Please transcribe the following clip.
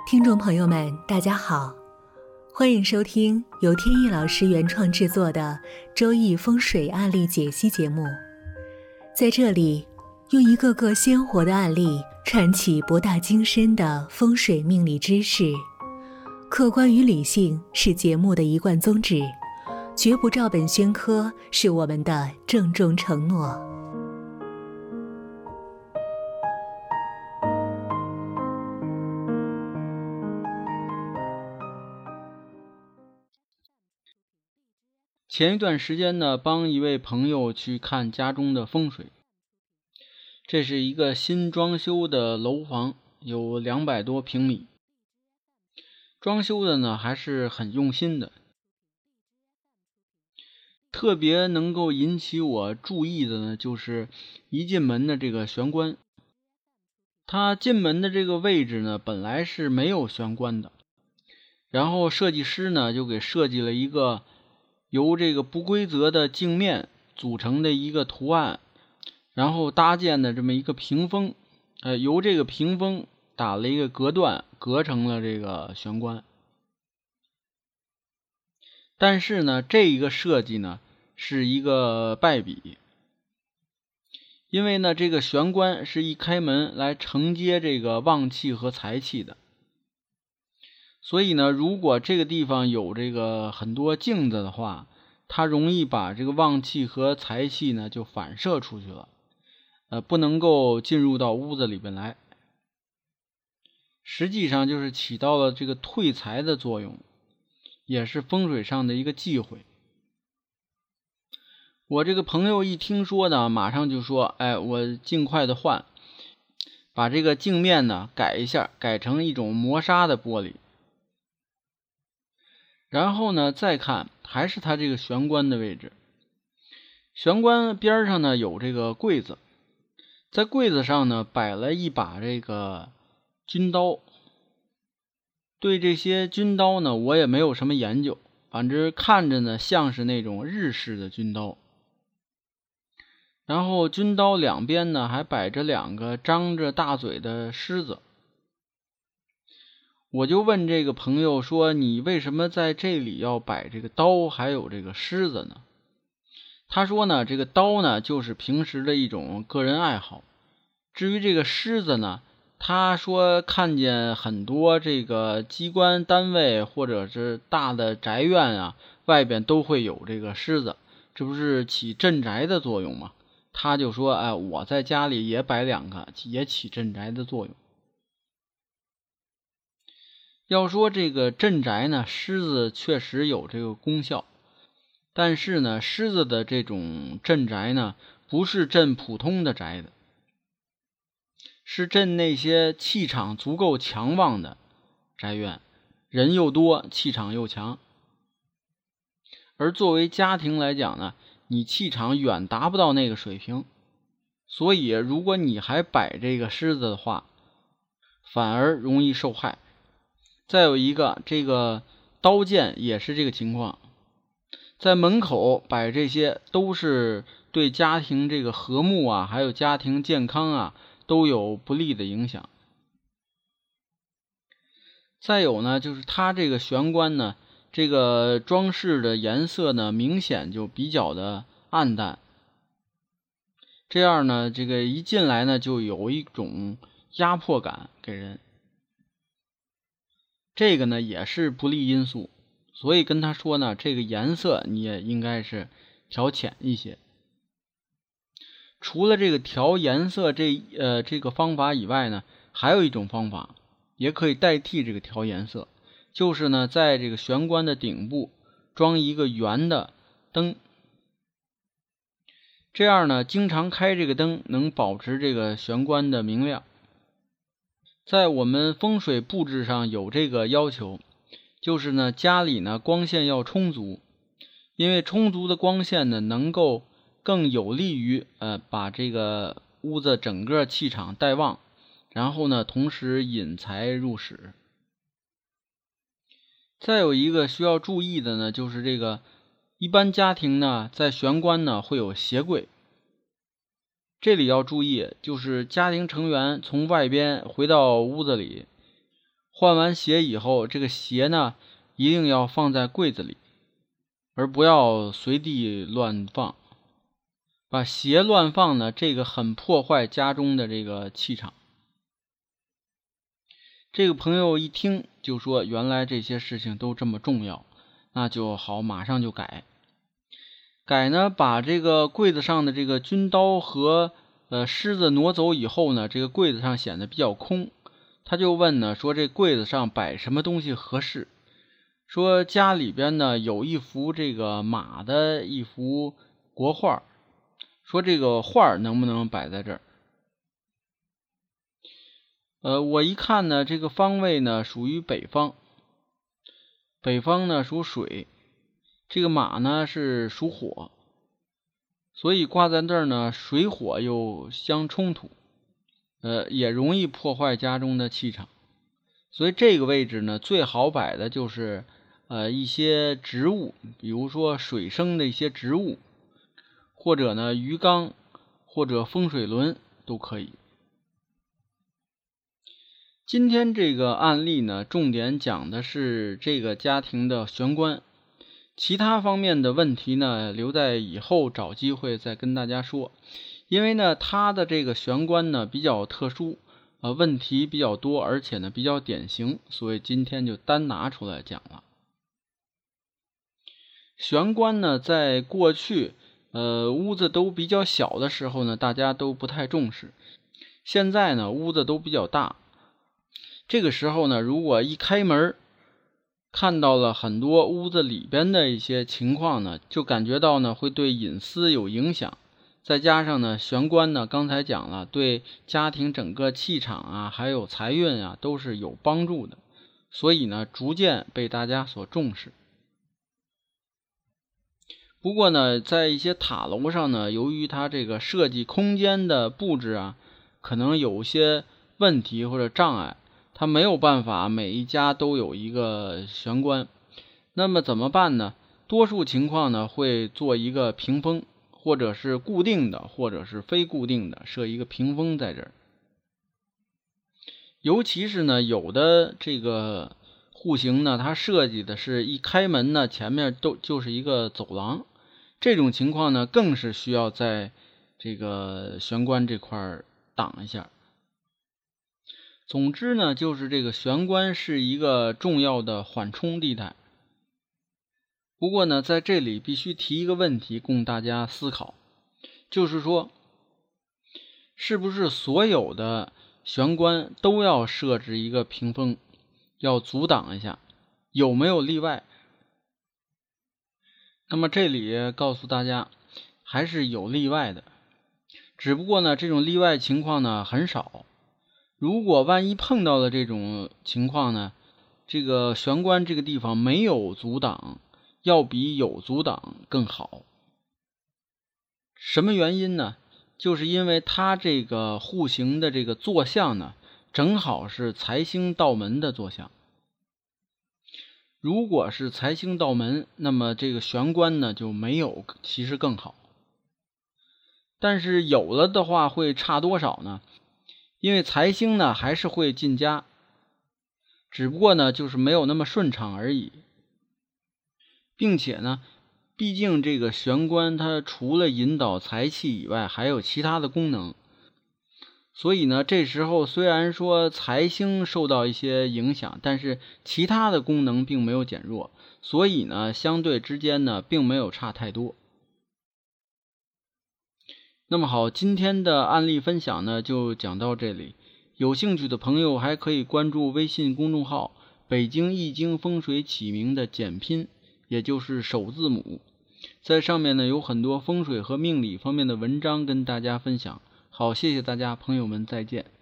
听众朋友们，大家好，欢迎收听由天意老师原创制作的周易风水案例解析节目。在这里，用一个个鲜活的案例串起博大精深的风水命理知识。客观与理性是节目的一贯宗旨，绝不照本宣科是我们的郑重承诺。 前一段时间呢，帮一位朋友去看家中的风水。这是一个新装修的楼房，有200多平米。装修的呢还是很用心的。特别能够引起我注意的呢，就是一进门的这个玄关。他进门的这个位置呢，本来是没有玄关的，然后设计师呢就给设计了一个由这个不规则的镜面组成的一个图案，然后搭建的这么一个屏风，由这个屏风打了一个隔断，隔成了这个玄关。但是呢，这一个设计呢是一个败笔，因为呢这个玄关是一开门来承接这个旺气和财气的，所以呢如果这个地方有这个很多镜子的话，它容易把这个旺气和财气呢就反射出去了，不能够进入到屋子里边来，实际上就是起到了这个退财的作用，也是风水上的一个忌讳。我这个朋友一听说呢，马上就说我尽快的换，把这个镜面呢改一下，改成一种磨砂的玻璃。然后呢再看，还是它这个玄关的位置。玄关边上呢有这个柜子，在柜子上呢摆了一把这个军刀。对这些军刀呢我也没有什么研究，反正看着呢像是那种日式的军刀。然后军刀两边呢还摆着2个张着大嘴的狮子。我就问这个朋友说，你为什么在这里要摆这个刀还有这个狮子呢？他说呢，这个刀呢就是平时的一种个人爱好，至于这个狮子呢，他说看见很多这个机关单位或者是大的宅院啊，外边都会有这个狮子，这不是起镇宅的作用吗？他就说我在家里也摆2个，也起镇宅的作用。要说这个镇宅呢，狮子确实有这个功效，但是呢狮子的这种镇宅呢不是镇普通的宅的，是镇那些气场足够强旺的宅院，人又多，气场又强。而作为家庭来讲呢，你气场远达不到那个水平，所以如果你还摆这个狮子的话，反而容易受害。再有一个，这个刀剑也是这个情况，在门口摆这些都是对家庭这个和睦啊，还有家庭健康啊都有不利的影响。再有呢，就是它这个玄关呢，这个装饰的颜色呢明显就比较的暗淡，这样呢这个一进来呢就有一种压迫感给人，这个呢也是不利因素。所以跟他说呢，这个颜色你也应该是调浅一些。除了这个调颜色这个方法以外呢，还有一种方法也可以代替这个调颜色，就是呢在这个玄关的顶部装一个圆的灯，这样呢经常开这个灯能保持这个玄关的明亮。在我们风水布置上有这个要求，就是呢家里呢光线要充足，因为充足的光线呢能够更有利于把这个屋子整个气场带旺，然后呢同时引财入室。再有一个需要注意的呢，就是这个一般家庭呢在玄关呢会有鞋柜，这里要注意，就是家庭成员从外边回到屋子里， 换完鞋以后，这个鞋呢一定要放在柜子里，而不要随地乱放。把鞋乱放呢，这个很破坏家中的这个气场。这个朋友一听就说，原来这些事情都这么重要，那就好，马上就改呢，把这个柜子上的这个军刀和狮子挪走以后呢，这个柜子上显得比较空。他就问呢，说这柜子上摆什么东西合适？说家里边呢有一幅这个马的一幅国画，说这个画能不能摆在这儿？我一看呢，这个方位呢属于北方，北方呢属水，这个马呢是属火，所以挂在这儿呢，水火又相冲突，也容易破坏家中的气场。所以这个位置呢，最好摆的就是一些植物，比如说水生的一些植物，或者呢鱼缸，或者风水轮都可以。今天这个案例呢，重点讲的是这个家庭的玄关，其他方面的问题呢，留在以后找机会再跟大家说。因为呢，它的这个玄关呢比较特殊，问题比较多，而且呢比较典型，所以今天就单拿出来讲了。玄关呢，在过去屋子都比较小的时候呢，大家都不太重视。现在呢，屋子都比较大，这个时候呢，如果一开门看到了很多屋子里边的一些情况呢，就感觉到呢会对隐私有影响。再加上呢，玄关呢刚才讲了，对家庭整个气场啊，还有财运啊都是有帮助的，所以呢逐渐被大家所重视。不过呢，在一些塔楼上呢，由于它这个设计空间的布置啊，可能有些问题或者障碍，它没有办法每一家都有一个玄关。那么怎么办呢？多数情况呢会做一个屏风，或者是固定的，或者是非固定的，设一个屏风在这儿。尤其是呢，有的这个户型呢，它设计的是一开门呢，前面就是一个走廊，这种情况呢，更是需要在这个玄关这块挡一下。总之呢，就是这个玄关是一个重要的缓冲地带。不过呢，在这里必须提一个问题供大家思考，就是说，是不是所有的玄关都要设置一个屏风，要阻挡一下，有没有例外？那么这里告诉大家，还是有例外的，只不过呢，这种例外情况呢很少。如果万一碰到了这种情况呢，这个玄关这个地方没有阻挡，要比有阻挡更好。什么原因呢？就是因为它这个户型的这个坐向呢，正好是财星到门的坐向。如果是财星到门，那么这个玄关呢就没有，其实更好。但是有了的话会差多少呢？因为财星呢还是会进家，只不过呢就是没有那么顺畅而已。并且呢，毕竟这个玄关它除了引导财气以外，还有其他的功能。所以呢，这时候虽然说财星受到一些影响，但是其他的功能并没有减弱，所以呢，相对之间呢，并没有差太多。那么好，今天的案例分享呢，就讲到这里。有兴趣的朋友还可以关注微信公众号“北京易经风水起名”的简拼，也就是首字母。在上面呢，有很多风水和命理方面的文章跟大家分享。好，谢谢大家，朋友们再见。